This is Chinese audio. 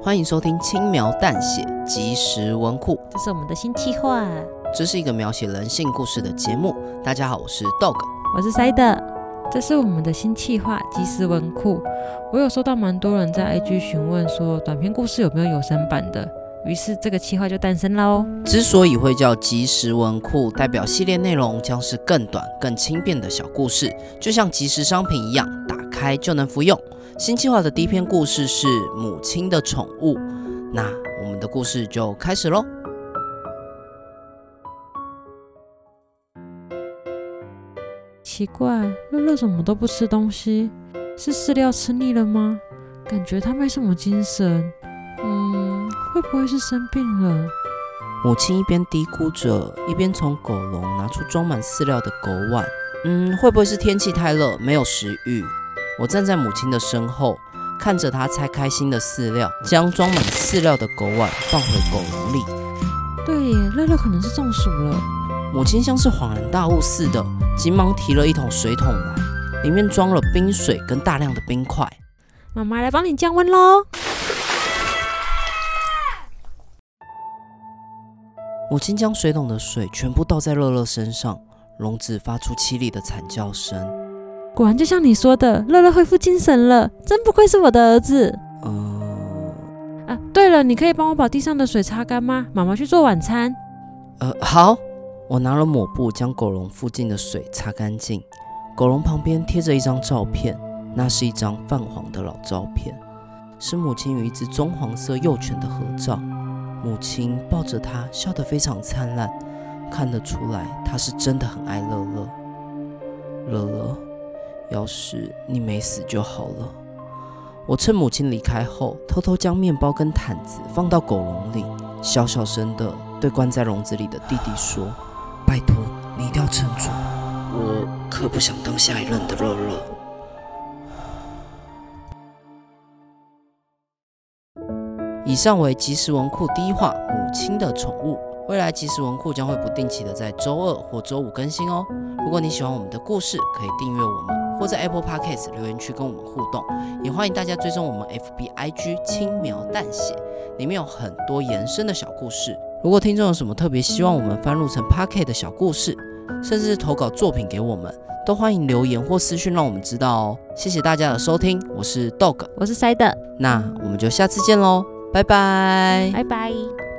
欢迎收听轻描淡写即时文库， 这是我们的新企划， 这是一个描写人性故事的节目。大家好，我是 Dog， 我是 Side， 这是我们的新企划即时文库。我有收到蛮多人在 IG 询问说短篇故事有没有有声版的，于是这个企划就诞生了哦。 之所以会叫即时文库，代表系列内容将是更短更轻便的小故事，就像即时商品一样，打开就能服用。新企划的第一篇故事是母亲的宠物，那我们的故事就开始咯。 奇怪，乐乐怎么都不吃东西？是饲料吃腻了吗？感觉他没什么精神。会不会是生病了？ 母亲一边嘀咕着，一边从狗笼拿出装满饲料的狗碗。会不会是天气太热，没有食欲？我站在母亲的身后，看着她拆开新的饲料，将装满饲料的狗碗放回狗笼里。 对耶，乐乐可能是中暑了。 母亲像是恍然大悟似的，急忙提了一桶水桶来，里面装了冰水跟大量的冰块。 妈妈来帮你降温咯。 母亲将水桶的水全部倒在乐乐身上，笼子发出凄厉的惨叫声。 果然就像你说的，乐乐恢复精神了，真不愧是我的儿子。对了，你可以帮我把地上的水擦干吗？妈妈去做晚餐。 好。我拿了抹布将狗笼附近的水擦干净。狗笼旁边贴着一张照片，那是一张泛黄的老照片，是母亲与一只棕黄色幼犬的合照。母亲抱着它，笑得非常灿烂，看得出来她是真的很爱乐乐。乐乐，要是你没死就好了。我趁母亲离开后，偷偷将面包跟毯子放到狗笼里，小小声的对关在笼子里的弟弟说：拜托，你一定要撑住，我可不想当下一任的乐乐。以上为即时文库第一话母亲的宠物。未来即时文库将会不定期的在周二或周五更新哦。如果你喜欢我们的故事，可以订阅我们，或在 Apple Podcast 留言区跟我们互动。也欢迎大家追踪我们 FB、IG 轻描淡写，里面有很多延伸的小故事。如果听众有什么特别希望我们翻录成 Podcast 的小故事，甚至是投稿作品给我们，都欢迎留言或私讯让我们知道哦。谢谢大家的收听，我是 Dog， 我是 Side， 那我们就下次见咯，拜拜， 拜拜。